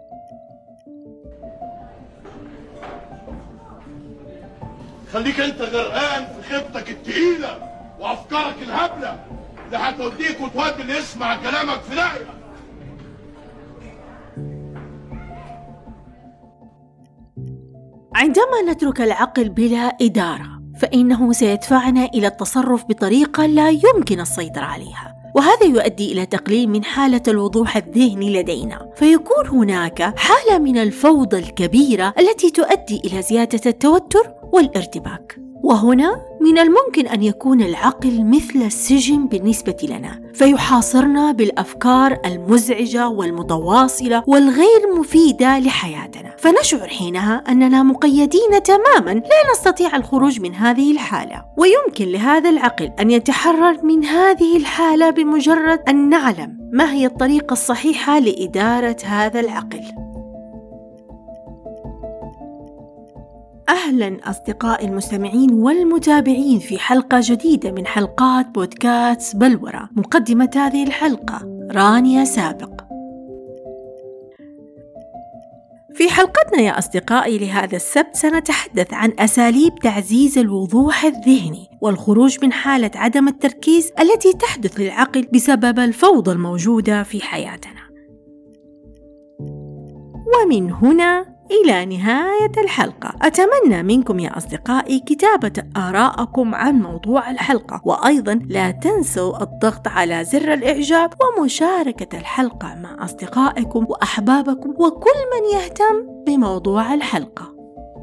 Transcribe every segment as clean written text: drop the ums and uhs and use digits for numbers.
خليك انت غرقان في خيبتك التقيلة وافكارك الهبلة اللي هتوديك وتودي اللي يسمع كلامك في داهية. عندما نترك العقل بلا إدارة فإنه سيدفعنا إلى التصرف بطريقة لا يمكن السيطرة عليها، وهذا يؤدي إلى تقليل من حالة الوضوح الذهني لدينا، فيكون هناك حالة من الفوضى الكبيرة التي تؤدي إلى زيادة التوتر والارتباك. وهنا من الممكن أن يكون العقل مثل السجن بالنسبة لنا، فيحاصرنا بالأفكار المزعجة والمتواصلة والغير مفيدة لحياتنا، فنشعر حينها أننا مقيدين تماماً لا نستطيع الخروج من هذه الحالة. ويمكن لهذا العقل أن يتحرر من هذه الحالة بمجرد أن نعلم ما هي الطريقة الصحيحة لإدارة هذا العقل. أهلاً أصدقائي المستمعين والمتابعين في حلقة جديدة من حلقات بودكاست بلورة. مقدمة هذه الحلقة رانيا سابق. في حلقتنا يا أصدقائي لهذا السبت سنتحدث عن أساليب تعزيز الوضوح الذهني والخروج من حالة عدم التركيز التي تحدث للعقل بسبب الفوضى الموجودة في حياتنا. ومن هنا إلى نهاية الحلقة أتمنى منكم يا أصدقائي كتابة آراءكم عن موضوع الحلقة، وأيضا لا تنسوا الضغط على زر الإعجاب ومشاركة الحلقة مع أصدقائكم وأحبابكم وكل من يهتم بموضوع الحلقة.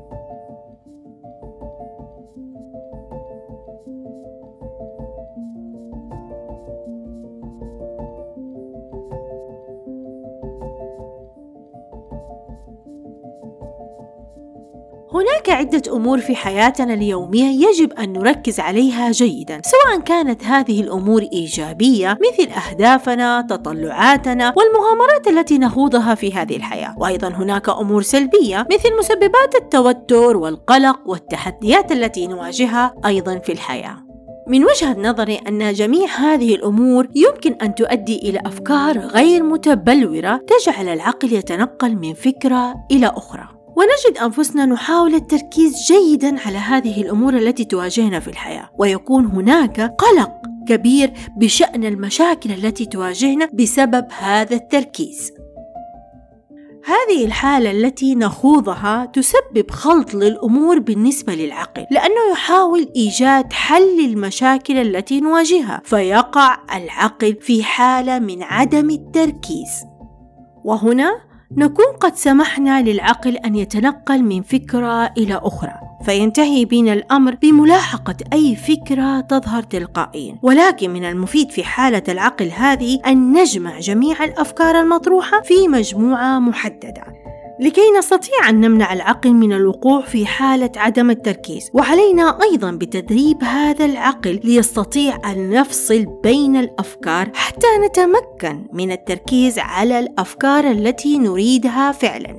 هناك عدة أمور في حياتنا اليومية يجب أن نركز عليها جيداً، سواء كانت هذه الأمور إيجابية مثل أهدافنا، تطلعاتنا والمغامرات التي نخوضها في هذه الحياة، وأيضاً هناك أمور سلبية مثل مسببات التوتر والقلق والتحديات التي نواجهها أيضاً في الحياة. من وجهة نظري أن جميع هذه الأمور يمكن أن تؤدي إلى أفكار غير متبلورة تجعل العقل يتنقل من فكرة إلى أخرى، ونجد أنفسنا نحاول التركيز جيداً على هذه الأمور التي تواجهنا في الحياة، ويكون هناك قلق كبير بشأن المشاكل التي تواجهنا بسبب هذا التركيز. هذه الحالة التي نخوضها تسبب خلط للأمور بالنسبة للعقل، لأنه يحاول إيجاد حل للمشاكل التي نواجهها، فيقع العقل في حالة من عدم التركيز. وهنا نكون قد سمحنا للعقل أن يتنقل من فكرة إلى أخرى، فينتهي بنا الأمر بملاحقة أي فكرة تظهر تلقائيا. ولكن من المفيد في حالة العقل هذه أن نجمع جميع الأفكار المطروحة في مجموعة محددة لكي نستطيع أن نمنع العقل من الوقوع في حالة عدم التركيز. وعلينا أيضا بتدريب هذا العقل ليستطيع أن يفصل بين الأفكار حتى نتمكن من التركيز على الأفكار التي نريدها فعلا.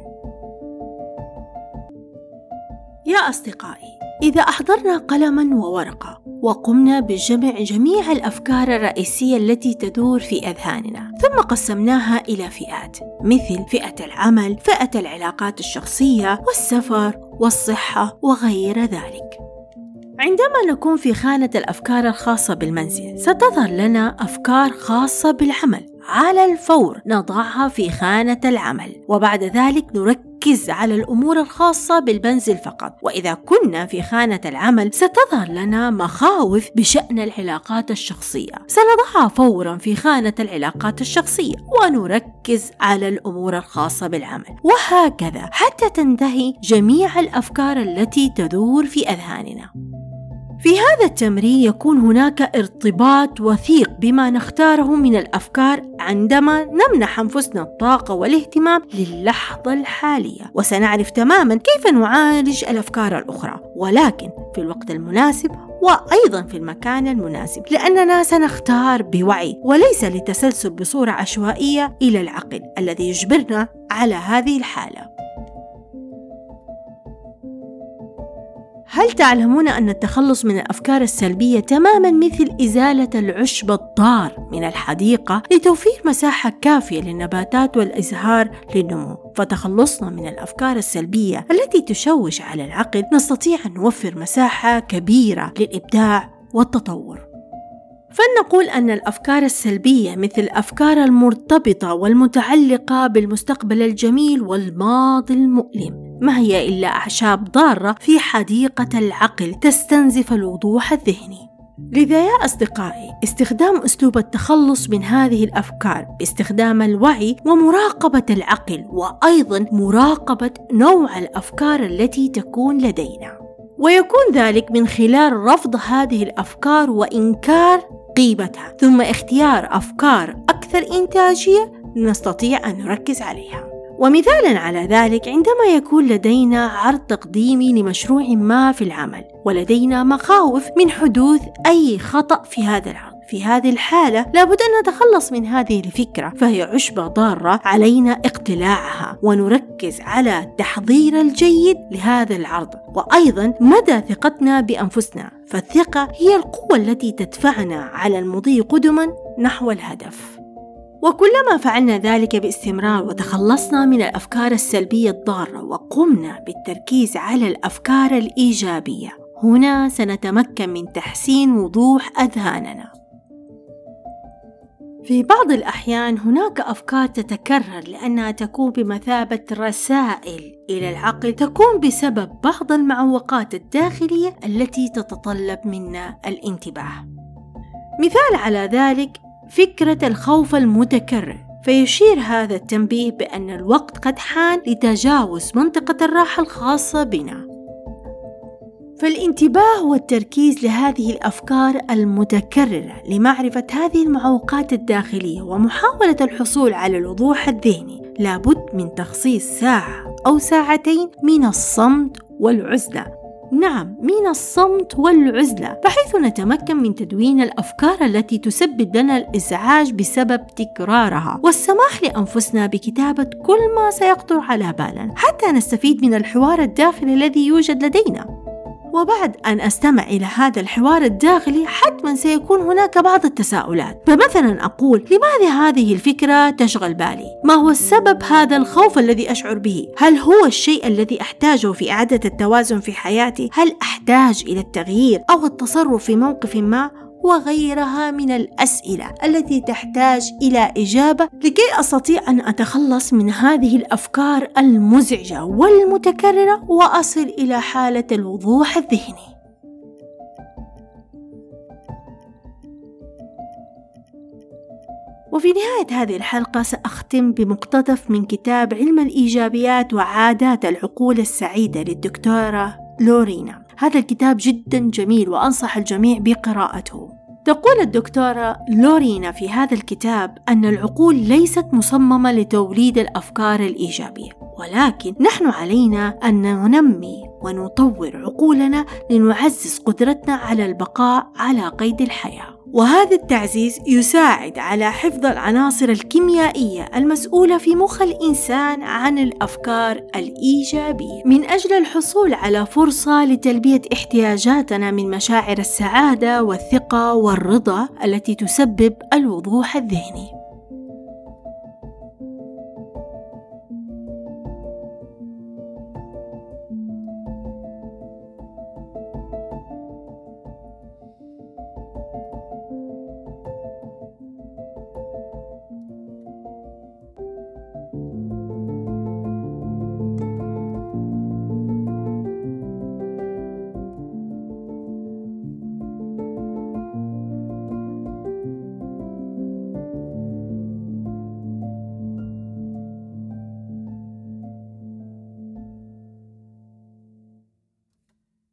يا أصدقائي، إذا أحضرنا قلما وورقة وقمنا بجمع جميع الأفكار الرئيسية التي تدور في أذهاننا، ثم قسمناها إلى فئات مثل فئة العمل، فئة العلاقات الشخصية والسفر والصحة وغير ذلك، عندما نكون في خانة الأفكار الخاصة بالمنزل ستظهر لنا أفكار خاصة بالعمل. على الفور نضعها في خانة العمل، وبعد ذلك نركز على الأمور الخاصة بالمنزل فقط. وإذا كنا في خانة العمل ستظهر لنا مخاوف بشأن العلاقات الشخصية، سنضعها فورا في خانة العلاقات الشخصية ونركز على الأمور الخاصة بالعمل، وهكذا حتى تنتهي جميع الأفكار التي تدور في أذهاننا. في هذا التمرين يكون هناك ارتباط وثيق بما نختاره من الأفكار عندما نمنح أنفسنا الطاقة والاهتمام للحظة الحالية، وسنعرف تماما كيف نعالج الأفكار الأخرى، ولكن في الوقت المناسب وأيضا في المكان المناسب، لأننا سنختار بوعي وليس لتسلسل بصورة عشوائية إلى العقل الذي يجبرنا على هذه الحالة. هل تعلمون أن التخلص من الأفكار السلبية تماماً مثل إزالة العشب الضار من الحديقة لتوفير مساحة كافية للنباتات والإزهار للنمو؟ فتخلصنا من الأفكار السلبية التي تشوش على العقل نستطيع أن نوفر مساحة كبيرة للإبداع والتطور. فلنقول أن الأفكار السلبية مثل الأفكار المرتبطة والمتعلقة بالمستقبل الجميل والماضي المؤلم ما هي إلا أعشاب ضارة في حديقة العقل تستنزف الوضوح الذهني. لذا يا أصدقائي، استخدام أسلوب التخلص من هذه الأفكار باستخدام الوعي ومراقبة العقل، وأيضا مراقبة نوع الأفكار التي تكون لدينا، ويكون ذلك من خلال رفض هذه الأفكار وإنكار قيمتها، ثم اختيار أفكار أكثر إنتاجية نستطيع أن نركز عليها. ومثالا على ذلك عندما يكون لدينا عرض تقديمي لمشروع ما في العمل ولدينا مخاوف من حدوث أي خطأ في هذا العرض، في هذه الحالة لابد أن نتخلص من هذه الفكرة، فهي عشبة ضارة علينا اقتلاعها ونركز على التحضير الجيد لهذا العرض، وأيضا مدى ثقتنا بأنفسنا، فالثقة هي القوة التي تدفعنا على المضي قدما نحو الهدف. وكلما فعلنا ذلك باستمرار وتخلصنا من الأفكار السلبية الضارة وقمنا بالتركيز على الأفكار الإيجابية، هنا سنتمكن من تحسين وضوح أذهاننا. في بعض الأحيان هناك أفكار تتكرر لأنها تكون بمثابة رسائل إلى العقل، تكون بسبب بعض المعوقات الداخلية التي تتطلب منا الانتباه. مثال على ذلك فكرة الخوف المتكرر، فيشير هذا التنبيه بأن الوقت قد حان لتجاوز منطقة الراحة الخاصة بنا. فالانتباه والتركيز لهذه الأفكار المتكررة لمعرفة هذه المعوقات الداخلية ومحاولة الحصول على الوضوح الذهني لابد من تخصيص ساعة أو ساعتين من الصمت والعزلة. نعم، من الصمت والعزلة، بحيث نتمكن من تدوين الأفكار التي تسبب لنا الإزعاج بسبب تكرارها، والسماح لأنفسنا بكتابة كل ما سيخطر على بالنا حتى نستفيد من الحوار الداخلي الذي يوجد لدينا. وبعد أن أستمع إلى هذا الحوار الداخلي حتما سيكون هناك بعض التساؤلات، فمثلا أقول: لماذا هذه الفكرة تشغل بالي؟ ما هو السبب هذا الخوف الذي أشعر به؟ هل هو الشيء الذي أحتاجه في إعادة التوازن في حياتي؟ هل أحتاج إلى التغيير أو التصرف في موقف ما؟ وغيرها من الأسئلة التي تحتاج إلى إجابة لكي أستطيع أن أتخلص من هذه الأفكار المزعجة والمتكررة وأصل إلى حالة الوضوح الذهني. وفي نهاية هذه الحلقة سأختم بمقتطف من كتاب علم الإيجابيات وعادات العقول السعيدة للدكتورة لورينا. هذا الكتاب جدا جميل وأنصح الجميع بقراءته. تقول الدكتورة لورينا في هذا الكتاب أن العقول ليست مصممة لتوليد الأفكار الإيجابية، ولكن نحن علينا أن ننمي ونطور عقولنا لنعزز قدرتنا على البقاء على قيد الحياة. وهذا التعزيز يساعد على حفظ العناصر الكيميائية المسؤولة في مخ الإنسان عن الأفكار الإيجابية، من أجل الحصول على فرصة لتلبية احتياجاتنا من مشاعر السعادة والثقة والرضا التي تسبب الوضوح الذهني.